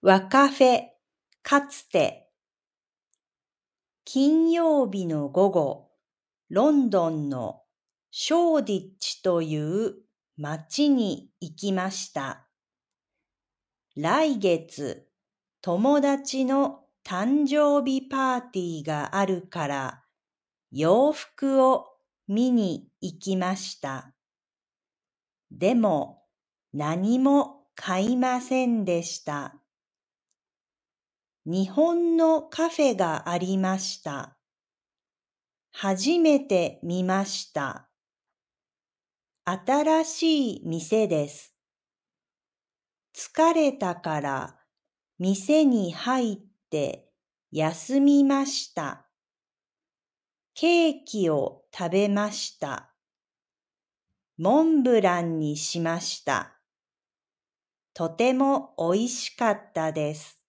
ワカフェ、かつて。金曜日の午後、ロンドンのショーディッチという町に行きました。来月、友達の誕生日パーティーがあるから、洋服を見に行きました。でも、何も買いませんでした。日本のカフェがありました。初めて見ました。新しい店です。疲れたから店に入って休みました。ケーキを食べました。モンブランにしました。とてもおいしかったです。